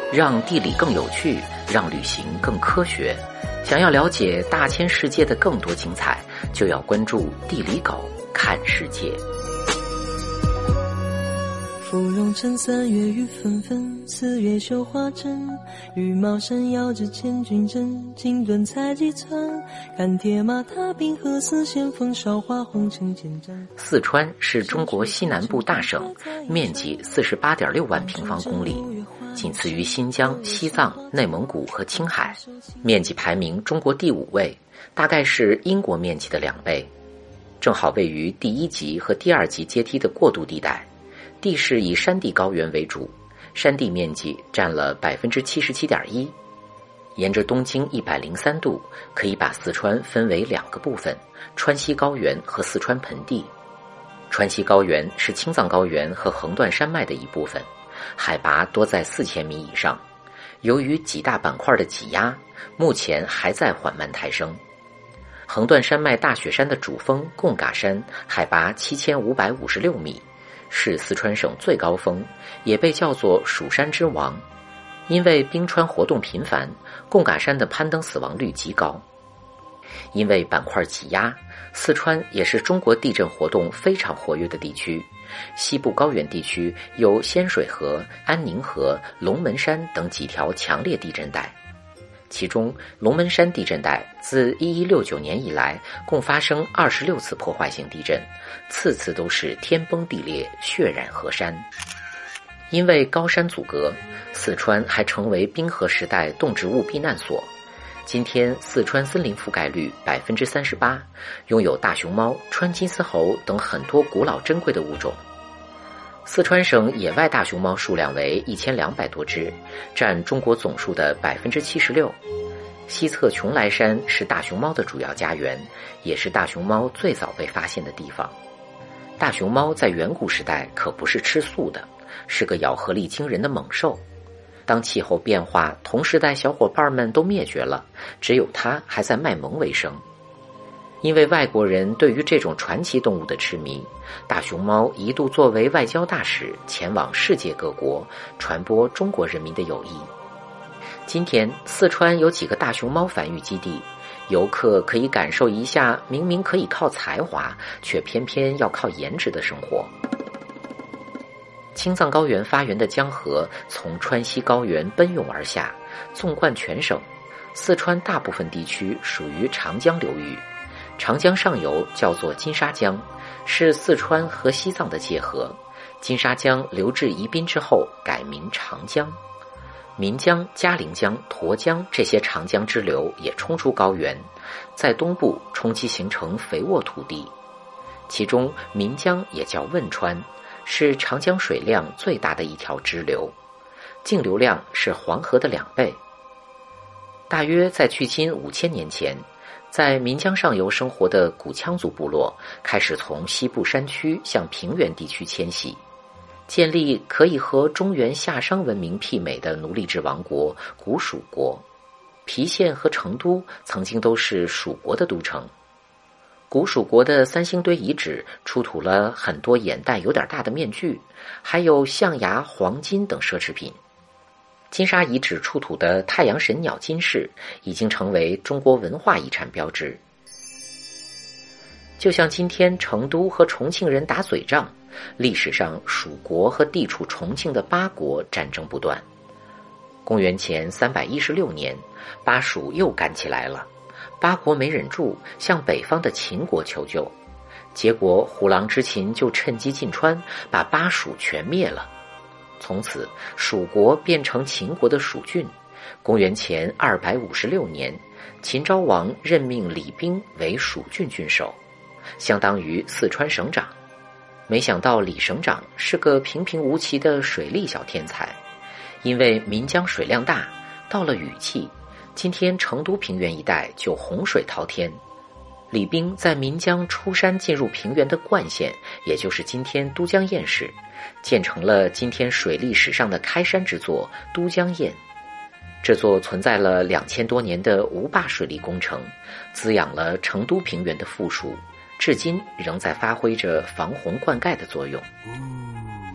让地理更有趣，让旅行更科学。想要了解大千世界的更多精彩，就要关注地理狗看世界。 芙蓉城3月雨纷纷，4月绣花针。羽毛扇摇着千军阵，金盾采集村。看铁马踏冰河，似先锋韶华红尘见证。 四川是中国西南部大省，面积48.6万平方公里，仅次于新疆、西藏、内蒙古和青海，面积排名中国第5位，大概是英国面积的2倍，正好位于第1级和第2级阶梯的过渡地带。地势以山地高原为主，山地面积占了 77.1%。沿着东经103度，可以把四川分为2个部分，川西高原和四川盆地。川西高原是青藏高原和横断山脉的一部分，海拔多在4000米以上。由于几大板块的挤压，目前还在缓慢抬升。横断山脉大雪山的主峰贡嘎山海拔7556米，是四川省最高峰，也被叫做蜀山之王。因为冰川活动频繁，贡嘎山的攀登死亡率极高。因为板块挤压，四川也是中国地震活动非常活跃的地区。西部高原地区有仙水河、安宁河、龙门山等几条强烈地震带。其中龙门山地震带自1169年以来共发生26次破坏性地震，次次都是天崩地裂，血染河山。因为高山阻隔，四川还成为冰河时代动植物避难所。今天四川森林覆盖率 38%， 拥有大熊猫、川金丝猴等很多古老珍贵的物种。四川省野外大熊猫数量为1200多只，占中国总数的 76%。 西侧邛崃山是大熊猫的主要家园，也是大熊猫最早被发现的地方。大熊猫在远古时代可不是吃素的，是个咬合力惊人的猛兽。当气候变化，同时代小伙伴们都灭绝了，只有它还在卖萌为生。因为外国人对于这种传奇动物的痴迷，大熊猫一度作为外交大使前往世界各国，传播中国人民的友谊。今天四川有几个大熊猫繁育基地，游客可以感受一下明明可以靠才华，却偏偏要靠颜值的生活。青藏高原发源的江河从川西高原奔涌而下，纵贯全省。四川大部分地区属于长江流域，长江上游叫做金沙江，是四川和西藏的界河。金沙江流至宜宾之后改名长江。岷江、嘉陵江、沱江这些长江支流也冲出高原，在东部冲击形成肥沃土地。其中岷江也叫汶川，是长江水量最大的一条支流，净流量是黄河的2倍。大约在距今5000年前，在岷江上游生活的古羌族部落开始从西部山区向平原地区迁徙，建立可以和中原夏商文明媲美的奴隶制王国古蜀国。郫县和成都曾经都是蜀国的都城。古蜀国的三星堆遗址出土了很多眼袋有点大的面具，还有象牙、黄金等奢侈品。金沙遗址出土的太阳神鸟金饰已经成为中国文化遗产标志。就像今天成都和重庆人打嘴仗，历史上蜀国和地处重庆的巴国战争不断。公元前316年，巴蜀又干起来了。巴国没忍住，向北方的秦国求救，结果虎狼之秦就趁机进川，把巴蜀全灭了。从此蜀国变成秦国的蜀郡。公元前256年，秦昭王任命李冰为蜀郡郡守，相当于四川省长。没想到李省长是个平平无奇的水利小天才，因为岷江水量大，到了雨季，今天成都平原一带就洪水滔天。李冰在岷江出山进入平原的灌县，也就是今天都江堰市，建成了今天水利史上的开山之作都江堰。这座存在了2000多年的无坝水利工程，滋养了成都平原的富庶，至今仍在发挥着防洪灌溉的作用。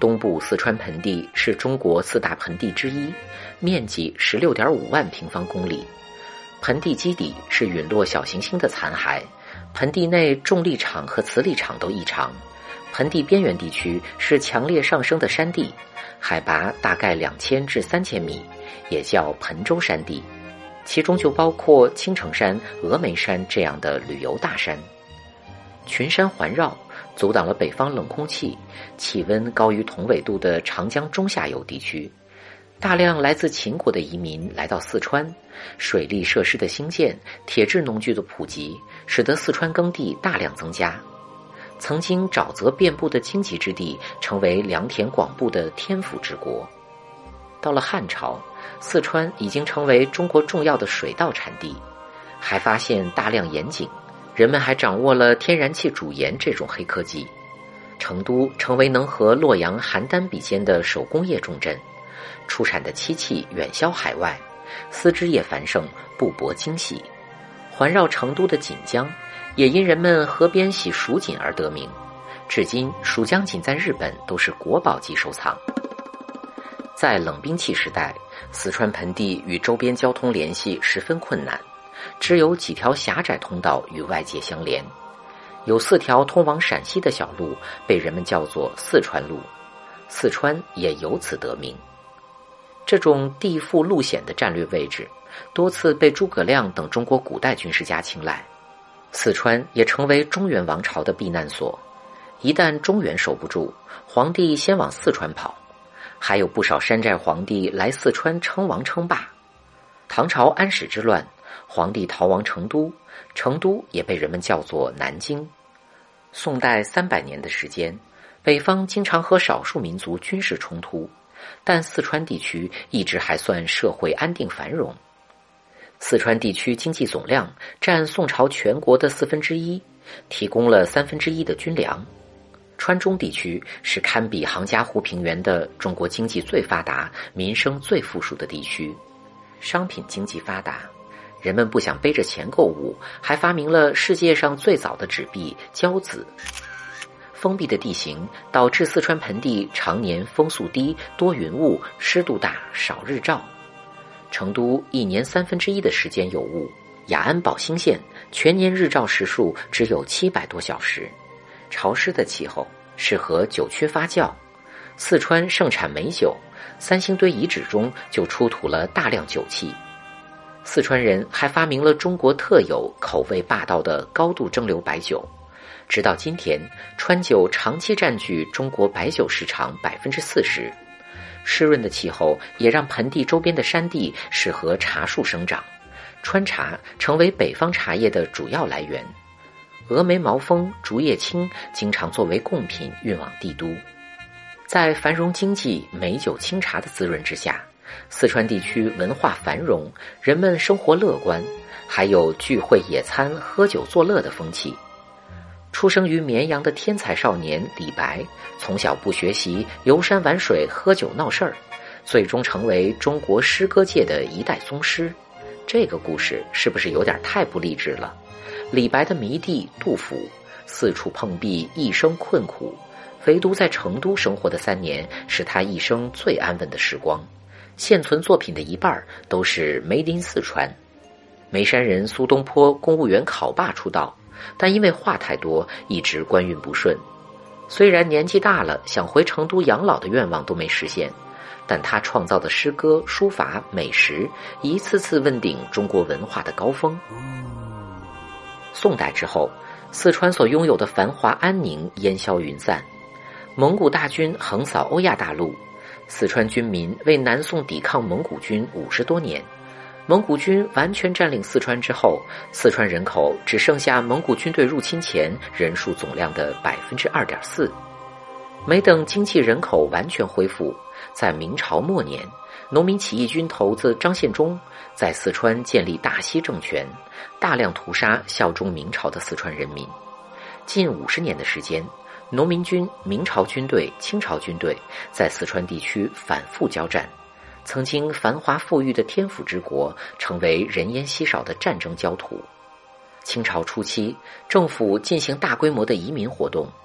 东部四川盆地是中国4大盆地之一，面积16.5万平方公里。盆地基底是陨落小行星的残骸，盆地内重力场和磁力场都异常。盆地边缘地区是强烈上升的山地，海拔大概2000至3000米，也叫盆州山地，其中就包括青城山、峨眉山这样的旅游大山。群山环绕，阻挡了北方冷空气，气温高于同纬度的长江中下游地区。大量来自秦国的移民来到四川，水利设施的兴建、铁制农具的普及，使得四川耕地大量增加。曾经沼泽遍布的荆棘之地，成为良田广布的天府之国。到了汉朝，四川已经成为中国重要的水稻产地，还发现大量盐井，人们还掌握了天然气煮盐这种黑科技。成都成为能和洛阳、邯郸比肩的手工业重镇，出产的漆器远销海外，丝织业繁盛，布帛精细。环绕成都的锦江也因人们河边洗蜀锦而得名，至今蜀江锦在日本都是国宝级收藏。在冷兵器时代，四川盆地与周边交通联系十分困难，只有几条狭窄通道与外界相连。有4条通往陕西的小路被人们叫做四川路，四川也由此得名。这种地富路险的战略位置，多次被诸葛亮等中国古代军事家青睐。四川也成为中原王朝的避难所，一旦中原守不住，皇帝先往四川跑，还有不少山寨皇帝来四川称王称霸。唐朝安史之乱，皇帝逃亡成都，成都也被人们叫做南京。宋代300年的时间，北方经常和少数民族军事冲突，但四川地区一直还算社会安定繁荣。四川地区经济总量占宋朝全国的1/4，提供了1/3的军粮。川中地区是堪比杭嘉湖平原的中国经济最发达、民生最富庶的地区，商品经济发达，人们不想背着钱购物，还发明了世界上最早的纸币交子。封闭的地形导致四川盆地常年风速低、多云雾、湿度大、少日照。成都一年1/3的时间有雾，雅安保兴县全年日照时数只有700多小时。潮湿的气候适合酒曲发酵，四川盛产美酒，三星堆遗址中就出土了大量酒器。四川人还发明了中国特有、口味霸道的高度蒸馏白酒。直到今天，川酒长期占据中国白酒市场40%。湿润的气候也让盆地周边的山地适合茶树生长，川茶成为北方茶叶的主要来源。峨眉毛峰、竹叶青经常作为贡品运往帝都。在繁荣经济、美酒清茶的滋润之下，四川地区文化繁荣，人们生活乐观，还有聚会野餐、喝酒作乐的风气。出生于绵阳的天才少年李白，从小不学习，游山玩水，喝酒闹事儿，最终成为中国诗歌界的一代宗师。这个故事是不是有点太不励志了？李白的迷弟杜甫，四处碰壁，一生困苦，唯独在成都生活的3年，是他一生最安稳的时光。现存作品的一半都是 Made in 四川。眉山人苏东坡公务员考霸出道，但因为话太多，一直官运不顺。虽然年纪大了，想回成都养老的愿望都没实现，但他创造的诗歌、书法、美食，一次次问鼎中国文化的高峰。宋代之后，四川所拥有的繁华安宁烟消云散，蒙古大军横扫欧亚大陆，四川军民为南宋抵抗蒙古军50多年。蒙古军完全占领四川之后，四川人口只剩下蒙古军队入侵前人数总量的 2.4%。 没等经济人口完全恢复，在明朝末年，农民起义军头子张献忠在四川建立大西政权，大量屠杀效忠明朝的四川人民。近50年的时间，农民军、明朝军队、清朝军队在四川地区反复交战，曾经繁华富裕的天府之国成为人烟稀少的战争焦土。清朝初期，政府进行大规模的移民活动，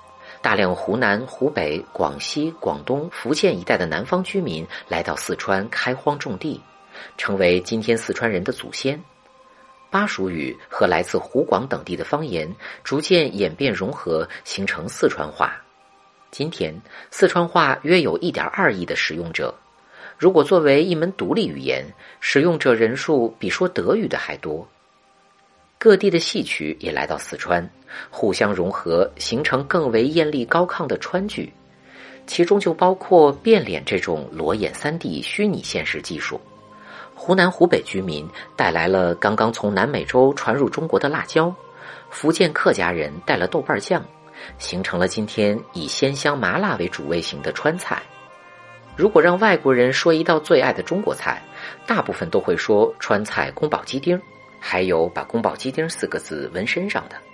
大量湖南、湖北、广西、广东、福建一带的南方居民来到四川开荒种地，成为今天四川人的祖先。巴蜀语和来自湖广等地的方言逐渐演变融合，形成四川话。今天，四川话约有 1.2 亿的使用者。如果作为一门独立语言，使用者人数比说德语的还多。各地的戏曲也来到四川，互相融合，形成更为艳丽高亢的川剧，其中就包括变脸这种裸眼3D 虚拟现实技术。湖南、湖北居民带来了刚刚从南美洲传入中国的辣椒，福建客家人带了豆瓣酱，形成了今天以鲜香麻辣为主味型的川菜。如果让外国人说一道最爱的中国菜，大部分都会说川菜宫保鸡丁，还有把宫保鸡丁4个字纹身上的。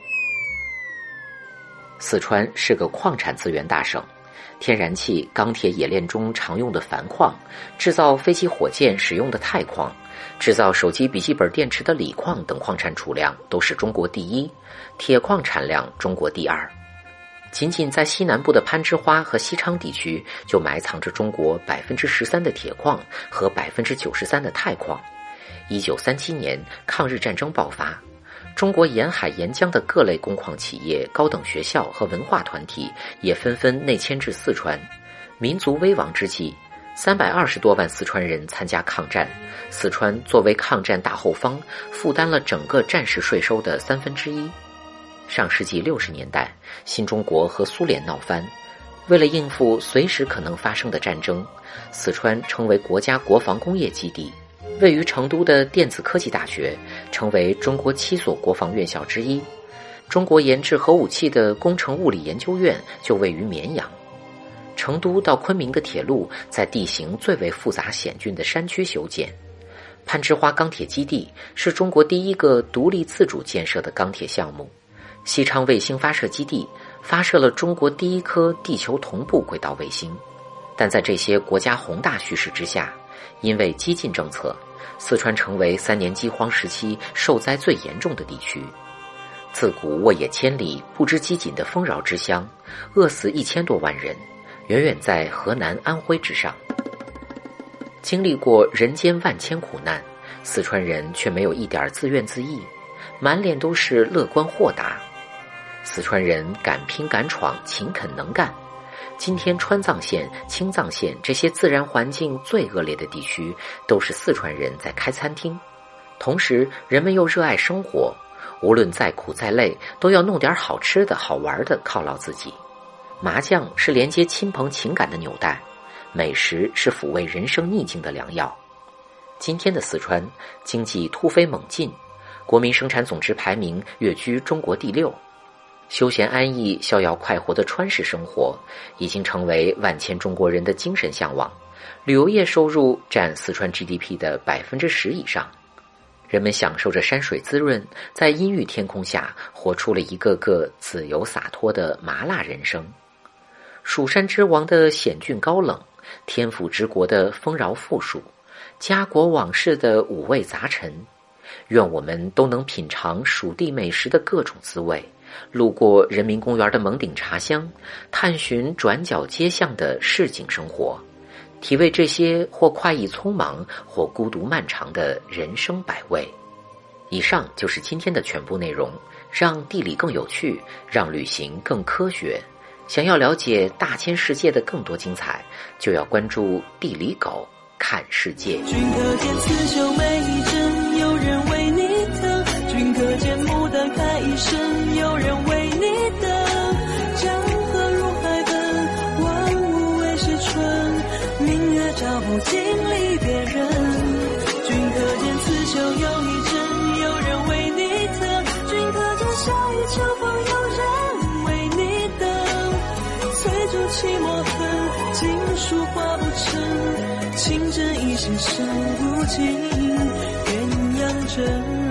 四川是个矿产资源大省，天然气、钢铁冶炼中常用的钒矿，制造飞机火箭使用的钛矿，制造手机笔记本电池的锂矿等矿产储量都是中国第一，铁矿产量中国第2。仅仅在西南部的攀枝花和西昌地区就埋藏着中国 13% 的铁矿和 93% 的钛矿。1937年抗日战争爆发，中国沿海沿江的各类工矿企业、高等学校和文化团体也纷纷内迁至四川。民族危亡之际，320多万四川人参加抗战，四川作为抗战大后方，负担了整个战时税收的1/3。上世纪60年代，新中国和苏联闹翻，为了应付随时可能发生的战争，四川成为国家国防工业基地。位于成都的电子科技大学成为中国7所国防院校之一。中国研制核武器的工程物理研究院就位于绵阳。成都到昆明的铁路在地形最为复杂险峻的山区修建。攀枝花钢铁基地是中国第一个独立自主建设的钢铁项目。西昌卫星发射基地发射了中国第一颗地球同步轨道卫星。但在这些国家宏大叙事之下，因为激进政策，四川成为3年饥荒时期受灾最严重的地区。自古沃野千里，不知饥馑的丰饶之乡，饿死1000多万人，远远在河南、安徽之上。经历过人间万千苦难，四川人却没有一点自怨自艾，满脸都是乐观豁达。四川人敢拼敢闯，勤恳能干。今天川藏线、青藏线这些自然环境最恶劣的地区，都是四川人在开餐厅。同时人们又热爱生活，无论再苦再累，都要弄点好吃的好玩的犒劳自己。麻将是连接亲朋情感的纽带，美食是抚慰人生逆境的良药。今天的四川经济突飞猛进，国民生产总值排名跃居中国第6。休闲安逸、逍遥快活的川式生活已经成为万千中国人的精神向往，旅游业收入占四川 GDP 的10%以上。人们享受着山水滋润，在阴郁天空下活出了一个个自由洒脱的麻辣人生。蜀山之王的险峻高冷，天府之国的丰饶富庶，家国往事的五味杂陈。愿我们都能品尝蜀地美食的各种滋味，路过人民公园的蒙顶茶香，探寻转角街巷的市井生活，体味这些或快意匆忙，或孤独漫长的人生百味。以上就是今天的全部内容，让地理更有趣，让旅行更科学。想要了解大千世界的更多精彩，就要关注地理狗看世界。 君可见刺绣每一针，有人为你疼；君可见牡丹开一生，有人为你等。江河入海奔，万物为时春。明月照不尽离别人。君可见刺绣又一针，有人为你疼；君可见夏雨秋风，有人为你等。催促寂寞恨，经书画不成。情真一世深不尽，鸳鸯枕。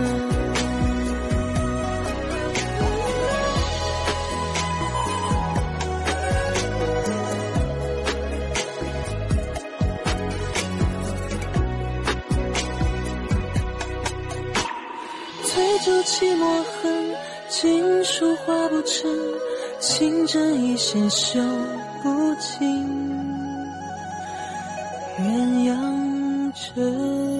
催促寂寞恨，经书画不成。 情这一些手不尽，鸳鸯枕。